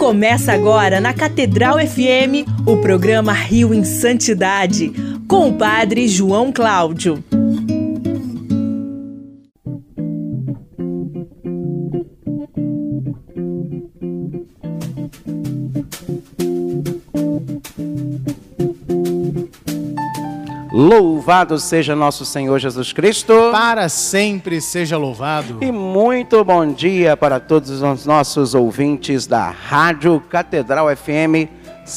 Começa agora na Catedral FM o programa Rio em Santidade, com o Padre João Cláudio. Louvado seja nosso Senhor Jesus Cristo. Para sempre seja louvado. E muito bom dia para todos os nossos ouvintes da Rádio Catedral FM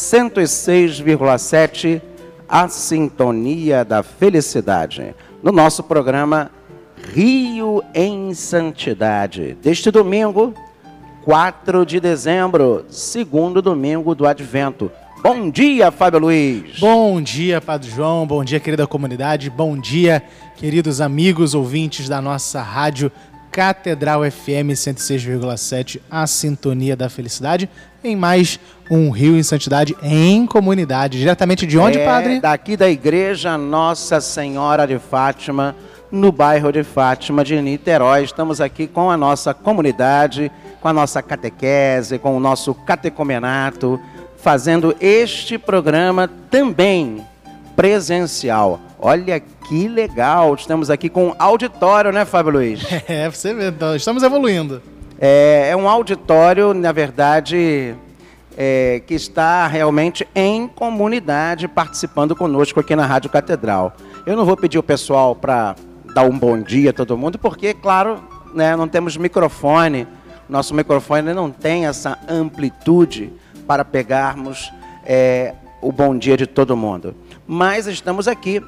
106,7, a sintonia da felicidade. No nosso programa Rio em Santidade, deste domingo, 4 de dezembro, segundo domingo do Advento. Bom dia, Fábio Luiz. Bom dia, Padre João. Bom dia, querida comunidade. Bom dia, queridos amigos ouvintes da nossa rádio Catedral FM 106,7, a sintonia da felicidade, em mais um Rio em Santidade em comunidade. Diretamente de onde, Padre? Daqui da Igreja Nossa Senhora de Fátima, no bairro de Fátima de Niterói. Estamos aqui com a nossa comunidade, com a nossa catequese, com o nosso catecomenato, fazendo este programa também presencial. Olha que legal, estamos aqui com um auditório, né, Fábio Luiz? Você vê, então, estamos evoluindo. É um auditório, na verdade, que está realmente em comunidade, participando conosco aqui na Rádio Catedral. Eu não vou pedir o pessoal para dar um bom dia a todo mundo, porque, claro, né, não temos microfone, nosso microfone não tem essa amplitude para pegarmos o bom dia de todo mundo. Mas estamos aqui,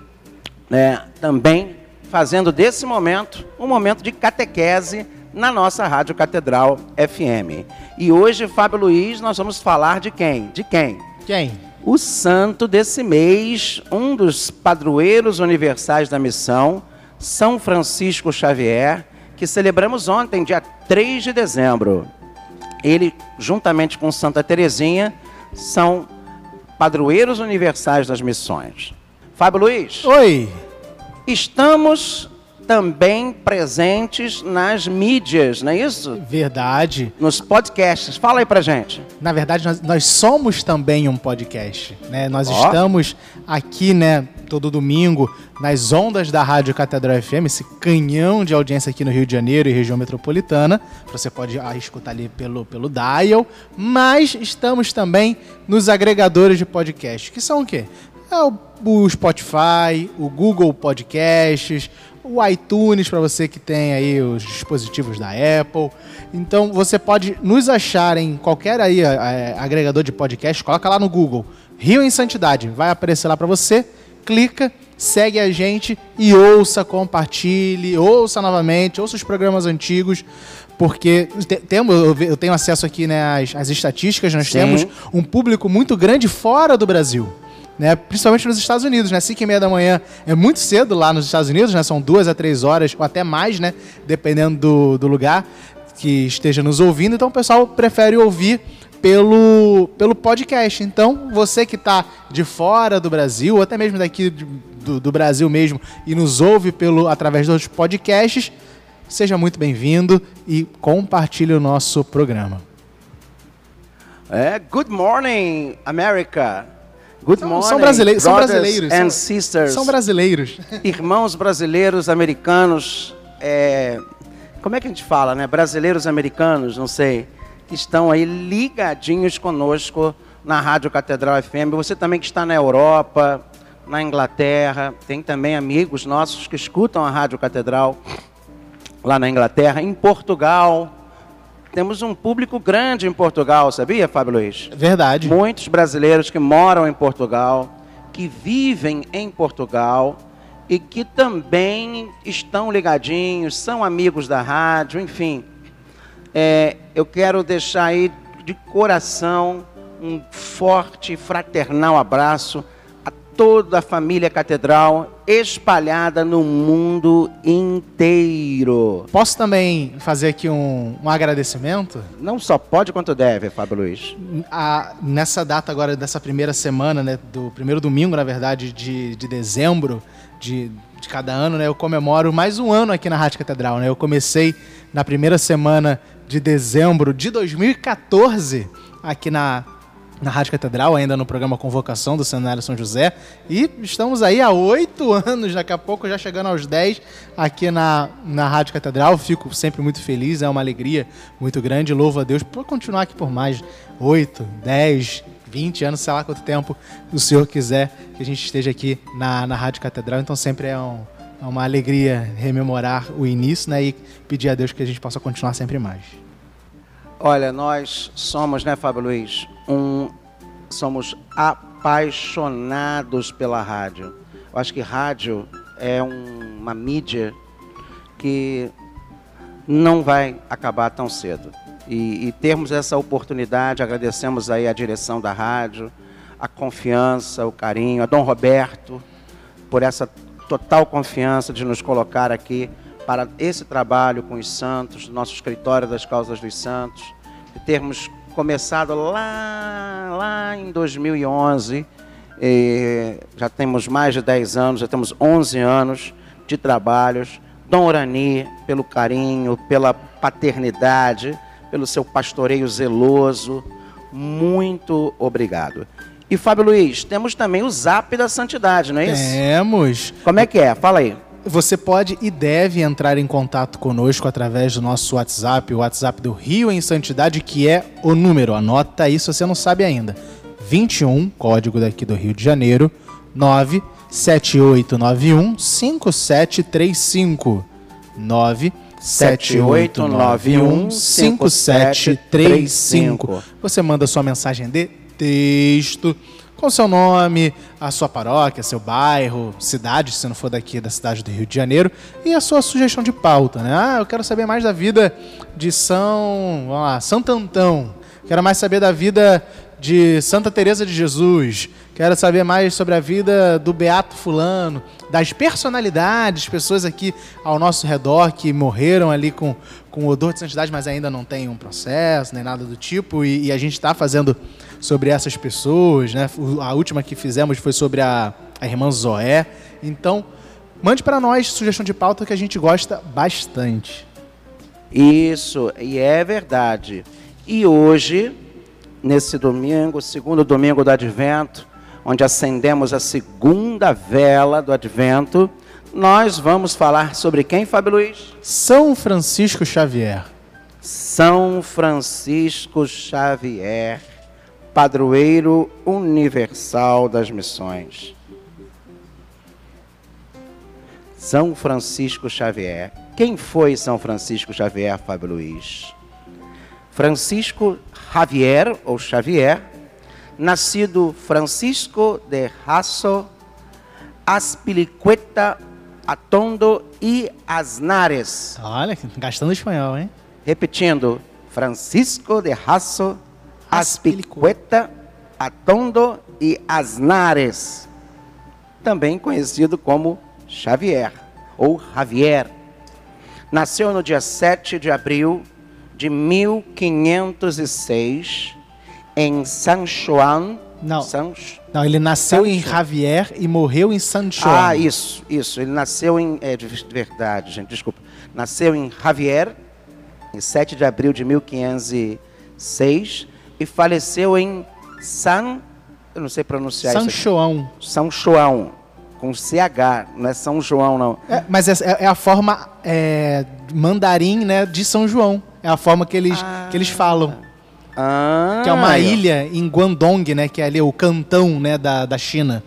também fazendo desse momento um momento de catequese na nossa Rádio Catedral FM. E hoje, Fábio Luiz, nós vamos falar de quem? De quem? Quem? O santo desse mês, um dos padroeiros universais da missão, São Francisco Xavier, que celebramos ontem, dia 3 de dezembro. Ele, juntamente com Santa Teresinha, são padroeiros universais das missões. Fábio Luiz. Oi. Estamos também presentes nas mídias, não é isso? Verdade. Nos podcasts. Fala aí pra gente. Na verdade, nós somos também um podcast, né? Nós estamos aqui, né, todo domingo, nas ondas da Rádio Catedral FM, esse canhão de audiência aqui no Rio de Janeiro e região metropolitana. Você pode escutar ali pelo dial, mas estamos também nos agregadores de podcast, que são o quê? O Spotify, o Google Podcasts, o iTunes, para você que tem aí os dispositivos da Apple. Então, você pode nos achar em qualquer aí agregador de podcast, coloca lá no Google, Rio em Santidade, vai aparecer lá para você, clica, segue a gente e ouça, compartilhe, ouça novamente, ouça os programas antigos, porque eu tenho acesso aqui, né, às estatísticas, nós temos um público muito grande fora do Brasil. Né, principalmente nos Estados Unidos, né? 5h30 da manhã é muito cedo lá nos Estados Unidos, né? São 2 a 3 horas ou até mais, né? Dependendo do lugar que esteja nos ouvindo. Então o pessoal prefere ouvir pelo podcast. Então você que está de fora do Brasil, ou até mesmo daqui do Brasil mesmo, e nos ouve através dos podcasts, seja muito bem-vindo e compartilhe o nosso programa. Good morning, America! Good morning, são brasileiros and sisters. São brasileiros. Irmãos brasileiros, americanos, como é que a gente fala, né? Brasileiros americanos, não sei, que estão aí ligadinhos conosco na Rádio Catedral FM. Você também que está na Europa, na Inglaterra, tem também amigos nossos que escutam a Rádio Catedral lá na Inglaterra, em Portugal. Temos um público grande em Portugal, sabia, Fábio Luiz? Verdade. Muitos brasileiros que moram em Portugal, que vivem em Portugal e que também estão ligadinhos, são amigos da rádio, enfim. Eu quero deixar aí de coração um forte, fraternal abraço a toda a família Catedral espalhada no mundo inteiro. Posso também fazer aqui um agradecimento? Não só pode quanto deve, Fábio Luiz. Nessa data agora, dessa primeira semana, né, do primeiro domingo, na verdade, de dezembro de cada ano, né, eu comemoro mais um ano aqui na Rádio Catedral. Né? Eu comecei na primeira semana de dezembro de 2014 aqui na Rádio Catedral, ainda no programa Convocação do Seminário São José. E estamos aí há 8 anos, daqui a pouco já chegando aos 10 aqui na Rádio Catedral. Fico sempre muito feliz, é uma alegria muito grande. Louvo a Deus por continuar aqui por mais 8, 10, 20 anos, sei lá quanto tempo o Senhor quiser que a gente esteja aqui na Rádio Catedral. Então sempre é uma alegria rememorar o início, né, e pedir a Deus que a gente possa continuar sempre mais. Olha, nós somos, né, Fábio Luiz, somos apaixonados pela rádio. Eu acho que rádio é uma mídia que não vai acabar tão cedo. E termos essa oportunidade, agradecemos aí a direção da rádio, a confiança, o carinho, a Dom Roberto, por essa total confiança de nos colocar aqui para esse trabalho com os santos, nosso escritório das causas dos santos, de termos começado lá em 2011, já temos mais de 10 anos, já temos 11 anos de trabalhos. Dom Orani, pelo carinho, pela paternidade, pelo seu pastoreio zeloso, muito obrigado. E Fábio Luiz, temos também o Zap da Santidade, não é isso? Temos. Como é que é? Fala aí. Você pode e deve entrar em contato conosco através do nosso WhatsApp, o WhatsApp do Rio em Santidade, que é o número, anota aí se você não sabe ainda, 21, código daqui do Rio de Janeiro, 97891-5735, 97891-5735. Você manda sua mensagem de texto, com seu nome, a sua paróquia, seu bairro, cidade, se não for daqui da cidade do Rio de Janeiro, e a sua sugestão de pauta, né? Eu quero saber mais da vida de Santo Antão, quero mais saber da vida de Santa Teresa de Jesus, quero saber mais sobre a vida do Beato Fulano, das personalidades, pessoas aqui ao nosso redor que morreram ali com odor de santidade, mas ainda não tem um processo, nem nada do tipo, e a gente está fazendo sobre essas pessoas, né? A última que fizemos foi sobre a irmã Zoé. Então, mande para nós sugestão de pauta que a gente gosta bastante. Isso, e é verdade. E hoje, nesse domingo, segundo domingo do Advento, onde acendemos a segunda vela do Advento, nós vamos falar sobre quem, Fábio Luiz? São Francisco Xavier. São Francisco Xavier, padroeiro universal das missões. São Francisco Xavier. Quem foi São Francisco Xavier, Fábio Luiz? Francisco Javier, ou Xavier, nascido Francisco de Jasso, Azpilicueta, Atondo e Aznares. Olha, gastando espanhol, hein? Repetindo, Francisco de Jasso, Azpilicueta, Atondo e Aznares, também conhecido como Xavier, ou Javier. Nasceu no dia 7 de abril de 1506, em San Juan. Não, ele nasceu em Javier e morreu em San Juan. Ah, isso. Ele nasceu em... de verdade, gente, desculpa. Nasceu em Javier, em 7 de abril de 1506, e faleceu em eu não sei pronunciar San isso. João. São João, com CH, não é São João, não. Mas é a forma mandarim, né, de São João. É a forma que eles falam. Que é uma ilha em Guangdong, né, que é ali o cantão, né, da China.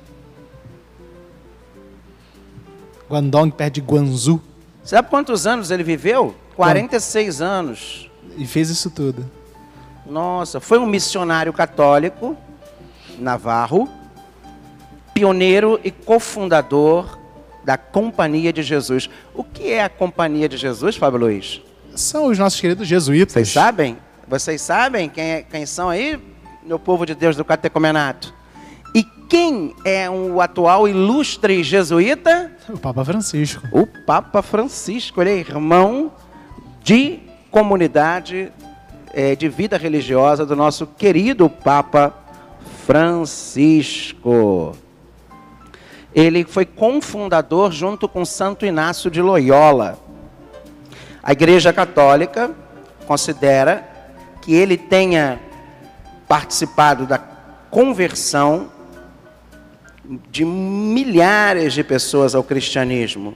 Guangdong, perto de Guangzhou. Sabe quantos anos ele viveu? 46 anos. E fez isso tudo. Nossa, foi um missionário católico, navarro, pioneiro e cofundador da Companhia de Jesus. O que é a Companhia de Jesus, Fábio Luiz? São os nossos queridos jesuítas. Vocês sabem? Vocês sabem quem são aí, meu povo de Deus do Catecumenato? E quem é o atual ilustre jesuíta? O Papa Francisco. O Papa Francisco, ele é irmão de comunidade de vida religiosa do nosso querido Papa Francisco. Ele foi cofundador junto com Santo Inácio de Loyola. A Igreja Católica considera que ele tenha participado da conversão de milhares de pessoas ao cristianismo.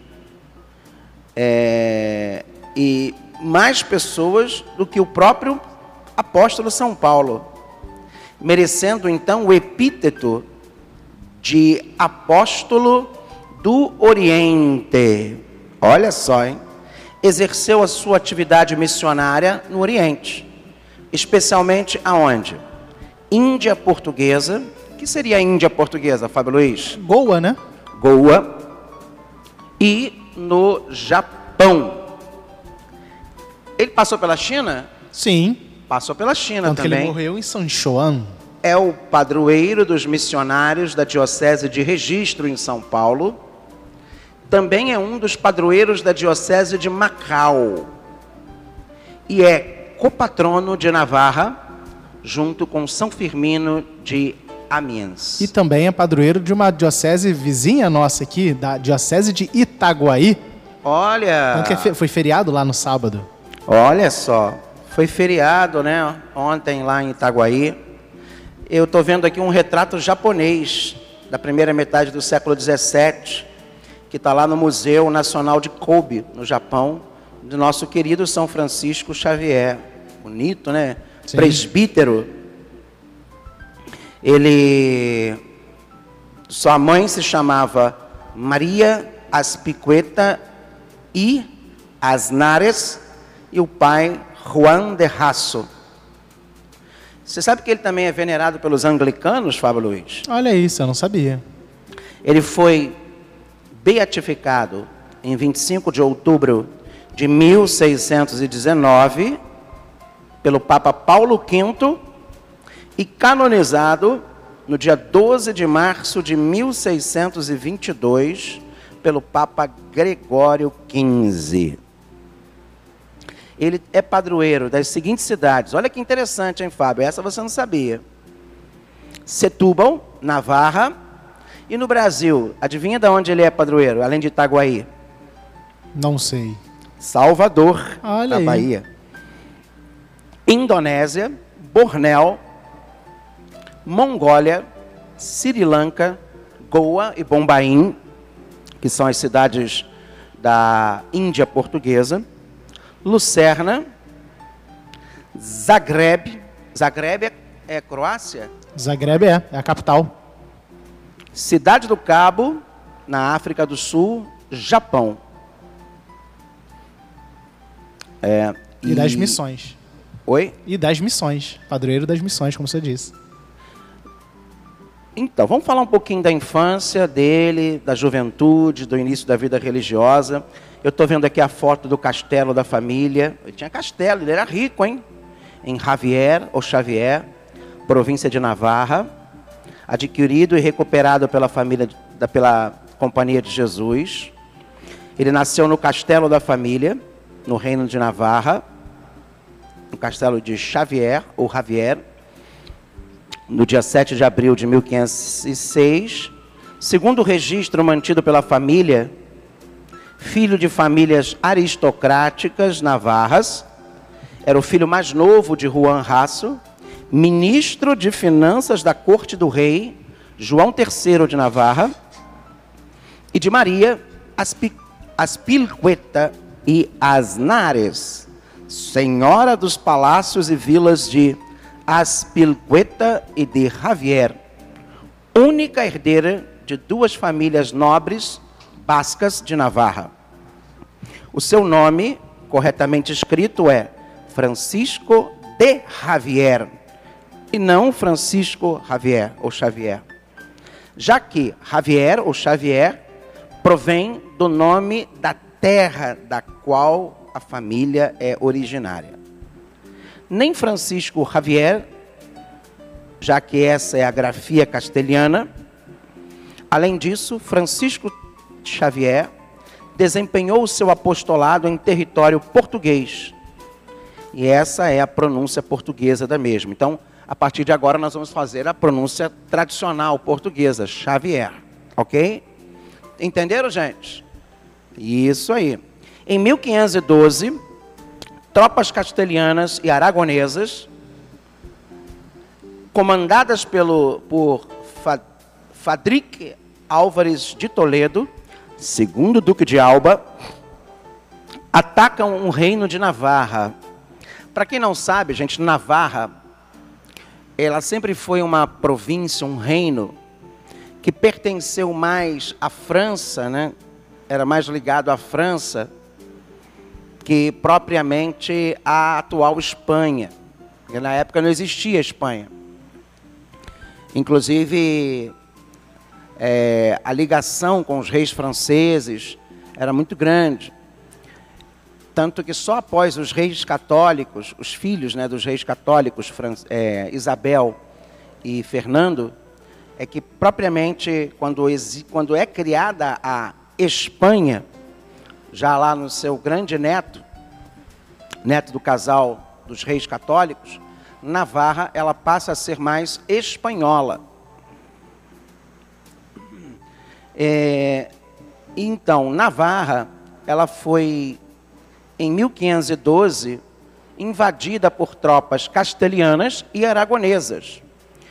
E mais pessoas do que o próprio apóstolo São Paulo, merecendo então o epíteto de apóstolo do Oriente. Olha só, hein? Exerceu a sua atividade missionária no Oriente, especialmente aonde? Índia Portuguesa. O que seria a Índia Portuguesa, Fábio Luiz? Goa, né? Goa. E no Japão. Ele passou pela China? Sim. Passou pela China Tanto também. que ele morreu em Sanchuan. É o padroeiro dos missionários da Diocese de Registro, em São Paulo. Também é um dos padroeiros da Diocese de Macau. E é copatrono de Navarra, junto com São Firmino de Amiens. E também é padroeiro de uma diocese vizinha nossa aqui, da Diocese de Itaguaí. Olha! Tanto que foi feriado lá no sábado. Olha só, foi feriado, né? Ontem lá em Itaguaí. Eu estou vendo aqui um retrato japonês da primeira metade do século XVII, que está lá no Museu Nacional de Kobe, no Japão, do nosso querido São Francisco Xavier. Bonito, né? Sim. Presbítero. Sua mãe se chamava Maria Aspicueta e Aznares, e o pai Juan de Rasso. Você sabe que ele também é venerado pelos anglicanos, Fábio Luiz? Olha isso, eu não sabia. Ele foi beatificado em 25 de outubro de 1619 pelo Papa Paulo V e canonizado no dia 12 de março de 1622 pelo Papa Gregório XV. Ele é padroeiro das seguintes cidades. Olha que interessante, hein, Fábio? Essa você não sabia. Setúbal, Navarra. E no Brasil, adivinha de onde ele é padroeiro, além de Itaguaí? Não sei. Salvador, olha na aí. Bahia. Indonésia, Bornéu, Mongólia, Sri Lanka, Goa e Bombaim, que são as cidades da Índia Portuguesa, Lucerna, Zagreb. Zagreb é Croácia? Zagreb é a capital. Cidade do Cabo, na África do Sul, Japão. E das missões. Oi? E das missões. Padroeiro das missões, como você disse. Então, vamos falar um pouquinho da infância dele, da juventude, do início da vida religiosa. Eu estou vendo aqui a foto do castelo da família. Ele tinha castelo, ele era rico, hein? Em Javier, ou Xavier, província de Navarra, adquirido e recuperado pela família, pela Companhia de Jesus. Ele nasceu no castelo da família, no reino de Navarra, no castelo de Xavier, ou Javier, no dia 7 de abril de 1506. Segundo o registro mantido pela família, filho de famílias aristocráticas navarras, era o filho mais novo de Juan Rasso, ministro de finanças da corte do rei João III de Navarra e de Maria Aspilcueta e Aznares, senhora dos palácios e vilas de Aspilcueta e de Javier, única herdeira de duas famílias nobres bascas de Navarra. O seu nome, corretamente escrito, é Francisco de Javier, e não Francisco Javier ou Xavier, já que Javier ou Xavier provém do nome da terra da qual a família é originária. Nem Francisco Javier, já que essa é a grafia castelhana. Além disso, Francisco Xavier desempenhou o seu apostolado em território português. E essa é a pronúncia portuguesa da mesma. Então, a partir de agora, nós vamos fazer a pronúncia tradicional portuguesa, Xavier. Ok? Entenderam, gente? Isso aí. Em 1512, tropas castelhanas e aragonesas comandadas por Fadrique Álvares de Toledo, segundo Duque de Alba, atacam o reino de Navarra. Para quem não sabe, gente, Navarra, ela sempre foi uma província, um reino, que pertenceu mais à França, né? Era mais ligado à França, que propriamente à atual Espanha. Porque na época não existia Espanha. Inclusive, a ligação com os reis franceses era muito grande. Tanto que só após os reis católicos, os filhos, né, dos reis católicos, Isabel e Fernando, é que propriamente quando é criada a Espanha, já lá no seu grande neto do casal dos reis católicos, Navarra, ela passa a ser mais espanhola. Então, Navarra, ela foi, em 1512, invadida por tropas castelhanas e aragonesas,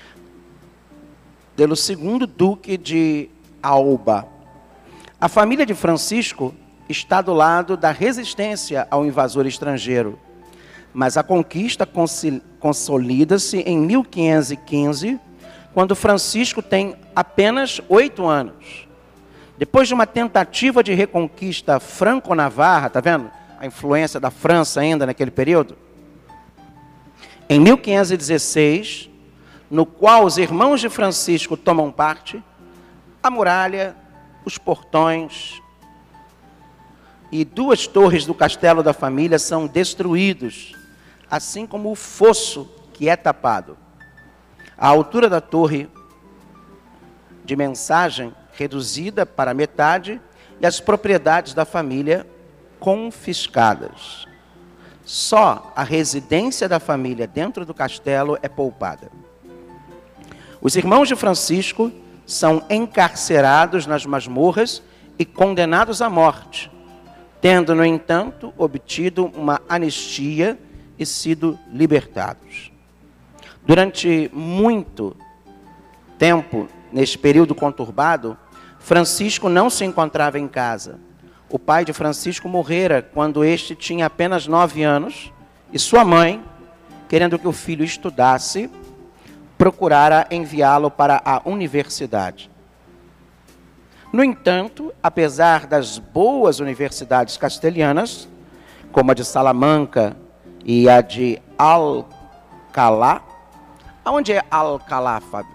pelo segundo Duque de Alba. A família de Francisco está do lado da resistência ao invasor estrangeiro, mas a conquista consolida-se em 1515, quando Francisco tem apenas 8 anos. Depois de uma tentativa de reconquista franco-navarra, está vendo? A influência da França ainda naquele período. Em 1516, no qual os irmãos de Francisco tomam parte, a muralha, os portões e 2 torres do castelo da família são destruídos, assim como o fosso que é tapado. A altura da torre de mensagem reduzida para metade e as propriedades da família confiscadas. Só a residência da família dentro do castelo é poupada. Os irmãos de Francisco são encarcerados nas masmorras e condenados à morte, tendo, no entanto, obtido uma anistia e sido libertados. Durante muito tempo, neste período conturbado, Francisco não se encontrava em casa. O pai de Francisco morrera quando este tinha apenas 9 anos, e sua mãe, querendo que o filho estudasse, procurara enviá-lo para a universidade. No entanto, apesar das boas universidades castelhanas, como a de Salamanca e a de Alcalá, onde é Alcalá, Fábio?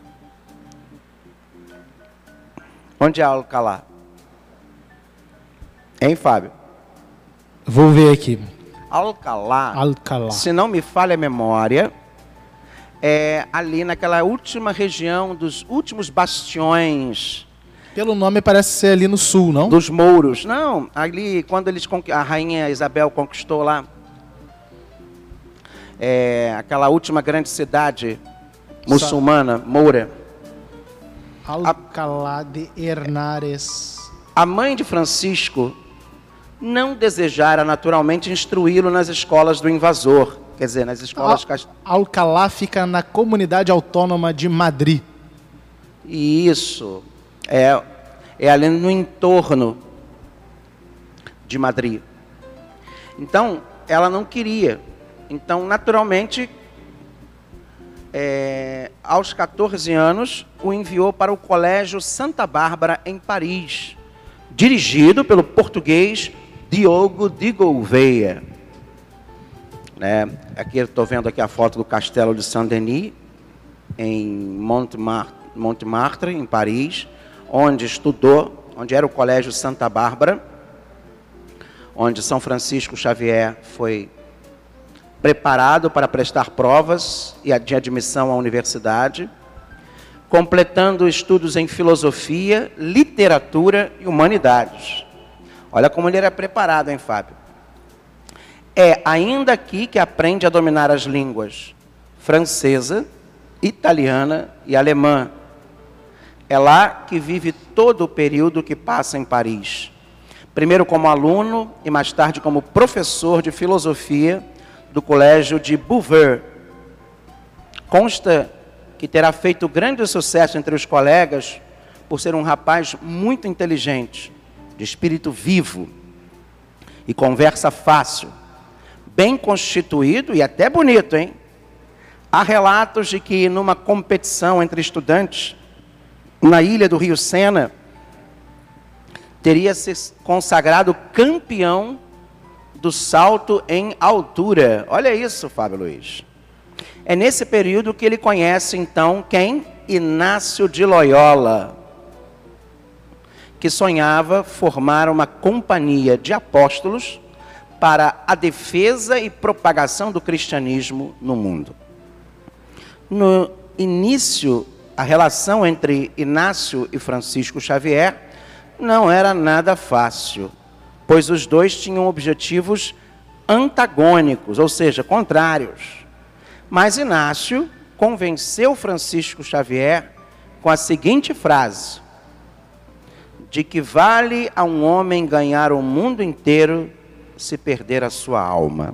Onde é Alcalá? Hein, Fábio? Vou ver aqui. Alcalá, Alcalá. Se não me falha a memória, é ali naquela última região dos últimos bastiões. Pelo nome parece ser ali no sul, não? Dos mouros. Não, ali quando a rainha Isabel conquistou lá, aquela última grande cidade muçulmana, moura. Alcalá de Henares. A mãe de Francisco não desejara naturalmente instruí-lo nas escolas do invasor, quer dizer, nas escolas... Alcalá fica na comunidade autônoma de Madrid. Isso, é ali no entorno de Madrid. Então, ela não queria. Então, naturalmente, aos 14 anos, o enviou para o Colégio Santa Bárbara, em Paris, dirigido pelo português Diogo de Gouveia. Aqui eu estou vendo aqui a foto do Castelo de Saint-Denis, em Montmartre, em Paris, onde estudou, onde era o Colégio Santa Bárbara, onde São Francisco Xavier foi preparado para prestar provas de admissão à universidade, completando estudos em filosofia, literatura e humanidades. Olha como ele era preparado, hein, Fábio? É ainda aqui que aprende a dominar as línguas francesa, italiana e alemã. É lá que vive todo o período que passa em Paris. Primeiro como aluno e mais tarde como professor de filosofia do Colégio de Beauvais. Consta que terá feito grande sucesso entre os colegas por ser um rapaz muito inteligente, de espírito vivo e conversa fácil, bem constituído e até bonito, hein? Há relatos de que numa competição entre estudantes, na ilha do Rio Sena, teria se consagrado campeão do salto em altura. Olha isso, Fábio Luiz. É nesse período que ele conhece, então, quem? Inácio de Loyola, que sonhava formar uma companhia de apóstolos para a defesa e propagação do cristianismo no mundo. No início, a relação entre Inácio e Francisco Xavier não era nada fácil, pois os dois tinham objetivos antagônicos, ou seja, contrários. Mas Inácio convenceu Francisco Xavier com a seguinte frase: de que vale a um homem ganhar o mundo inteiro se perder a sua alma.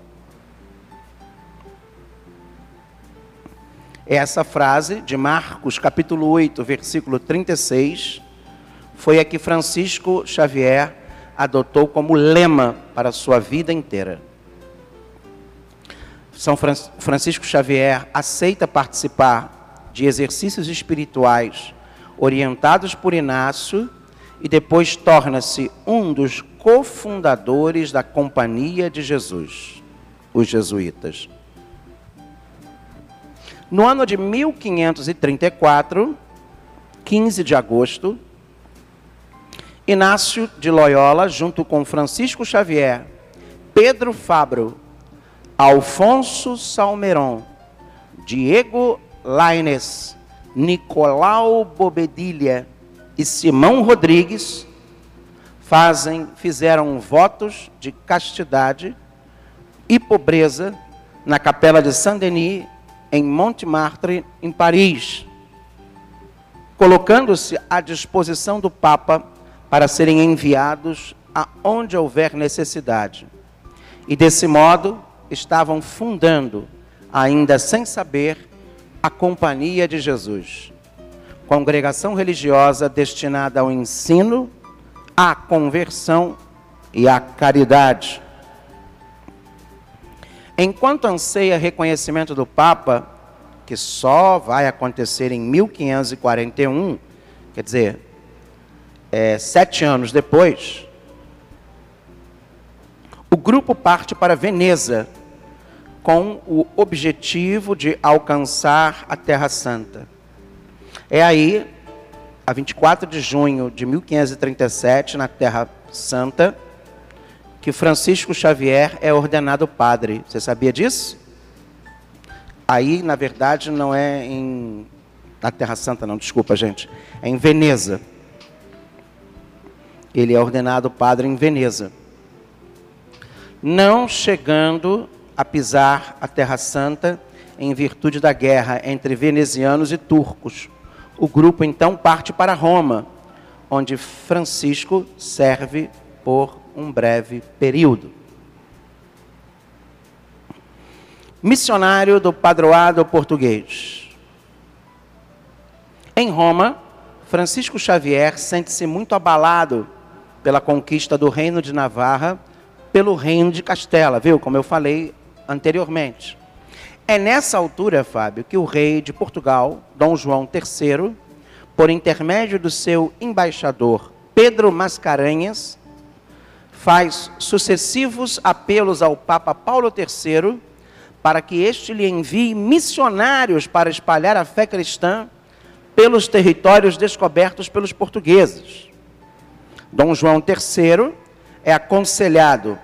Essa frase de Marcos, capítulo 8, versículo 36, foi a que Francisco Xavier adotou como lema para a sua vida inteira. São Francisco Xavier aceita participar de exercícios espirituais orientados por Inácio e depois torna-se um dos cofundadores da Companhia de Jesus, os jesuítas. No ano de 1534, 15 de agosto, Inácio de Loyola, junto com Francisco Xavier, Pedro Fabro, Alfonso Salmeron, Diego Lainez, Nicolau Bobedilha e Simão Rodrigues fizeram votos de castidade e pobreza na capela de Saint-Denis, em Montmartre, em Paris, colocando-se à disposição do Papa para serem enviados aonde houver necessidade. E desse modo estavam fundando, ainda sem saber, a Companhia de Jesus, congregação religiosa destinada ao ensino, à conversão e à caridade. Enquanto anseia reconhecimento do Papa, que só vai acontecer em 1541, quer dizer, 7 anos depois, o grupo parte para Veneza, com o objetivo de alcançar a Terra Santa. É aí, a 24 de junho de 1537, na Terra Santa, que Francisco Xavier é ordenado padre. Você sabia disso? Aí, na verdade, não é na Terra Santa, não, desculpa, gente. É em Veneza. Ele é ordenado padre em Veneza. Não chegando a pisar a Terra Santa em virtude da guerra entre venezianos e turcos. O grupo, então, parte para Roma, onde Francisco serve por um breve período. Missionário do padroado português. Em Roma, Francisco Xavier sente-se muito abalado pela conquista do Reino de Navarra pelo Reino de Castela, viu? Como eu falei anteriormente. É nessa altura, Fábio, que o rei de Portugal, Dom João III, por intermédio do seu embaixador Pedro Mascarenhas, faz sucessivos apelos ao Papa Paulo III para que este lhe envie missionários para espalhar a fé cristã pelos territórios descobertos pelos portugueses. Dom João III é aconselhado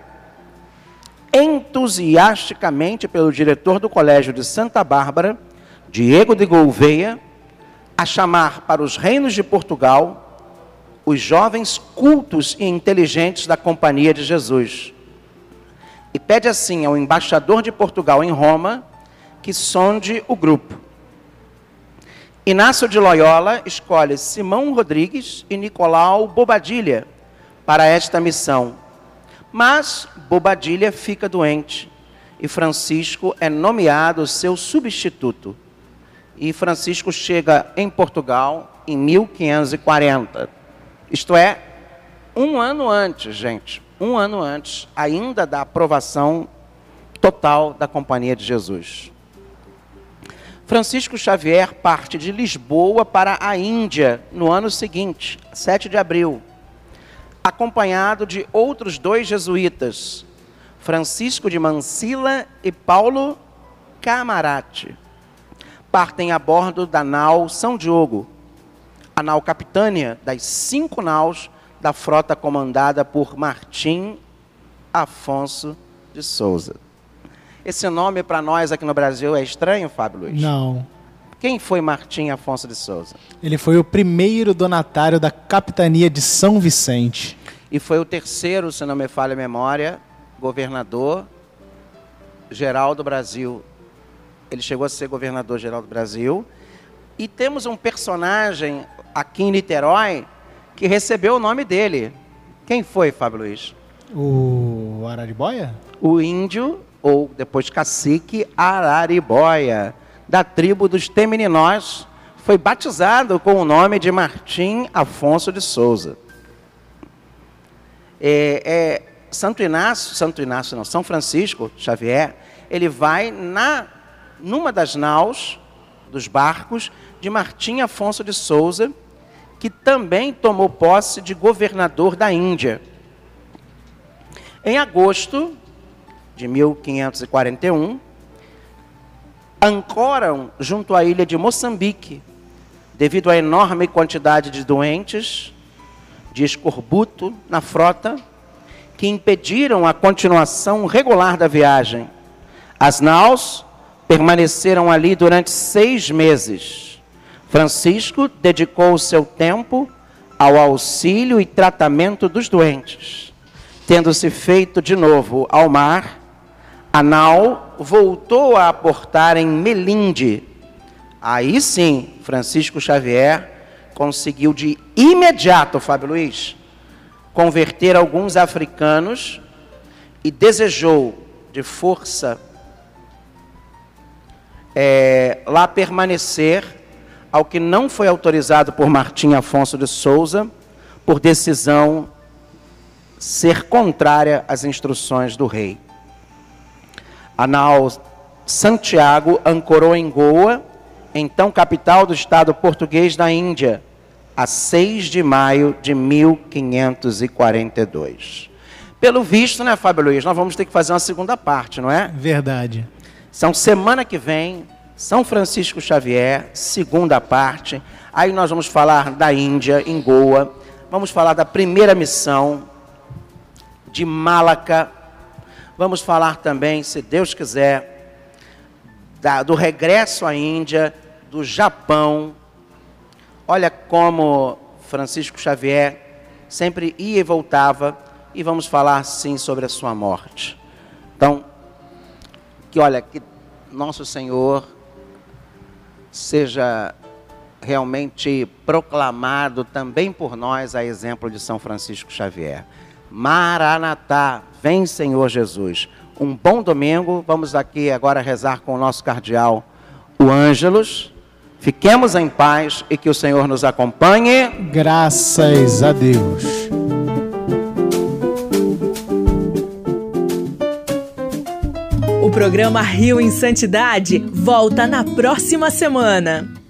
entusiasticamente pelo diretor do Colégio de Santa Bárbara, Diego de Gouveia, a chamar para os reinos de Portugal os jovens cultos e inteligentes da Companhia de Jesus. E pede assim ao embaixador de Portugal em Roma que sonde o grupo. Inácio de Loyola escolhe Simão Rodrigues e Nicolau Bobadilha para esta missão. Mas Bobadilha fica doente e Francisco é nomeado seu substituto. e Francisco chega em Portugal em 1540. Isto é, um ano antes, gente, um ano antes ainda da aprovação total da Companhia de Jesus. Francisco Xavier parte de Lisboa para a Índia no ano seguinte, 7 de abril, acompanhado de outros 2 jesuítas, Francisco de Mansilla e Paulo Camarate. Partem a bordo da nau São Diogo, a nau capitânia das 5 naus da frota comandada por Martim Afonso de Souza. Esse nome para nós aqui no Brasil é estranho, Fábio Luiz? Não. Quem foi Martim Afonso de Souza? Ele foi o primeiro donatário da capitania de São Vicente. E foi o terceiro, se não me falha a memória, governador geral do Brasil. Ele chegou a ser governador geral do Brasil. E temos um personagem aqui em Niterói que recebeu o nome dele. Quem foi, Fábio Luiz? O Araribóia? O índio, ou depois cacique, Araribóia, da tribo dos Temeninós, foi batizado com o nome de Martim Afonso de Souza. São Francisco Xavier, ele vai numa das naus, dos barcos, de Martim Afonso de Souza, que também tomou posse de governador da Índia. Em agosto de 1541, ancoram junto à ilha de Moçambique, devido à enorme quantidade de doentes de escorbuto na frota, que impediram a continuação regular da viagem. As naus permaneceram ali durante 6 meses. Francisco dedicou o seu tempo ao auxílio e tratamento dos doentes. Tendo-se feito de novo ao mar, a nau voltou a aportar em Melinde. Aí sim, Francisco Xavier conseguiu de imediato, Fábio Luiz, converter alguns africanos e desejou de força lá permanecer, ao que não foi autorizado por Martim Afonso de Souza, por decisão ser contrária às instruções do rei. A nau Santiago ancorou em Goa, então capital do estado português da Índia, a 6 de maio de 1542. Pelo visto, né, Fábio Luiz, nós vamos ter que fazer uma segunda parte, não é? Verdade. Então, semana que vem, São Francisco Xavier, segunda parte. Aí nós vamos falar da Índia, em Goa. Vamos falar da primeira missão de Malaca. Vamos falar também, se Deus quiser, do regresso à Índia, do Japão. Olha como Francisco Xavier sempre ia e voltava. E vamos falar, sim, sobre a sua morte. Então, que nosso Senhor seja realmente proclamado também por nós, a exemplo de São Francisco Xavier. Maranatá, vem Senhor Jesus. Um bom domingo. Vamos aqui agora rezar com o nosso cardeal, o Ângelos. Fiquemos em paz e que o Senhor nos acompanhe. Graças a Deus. O programa Rio em Santidade volta na próxima semana.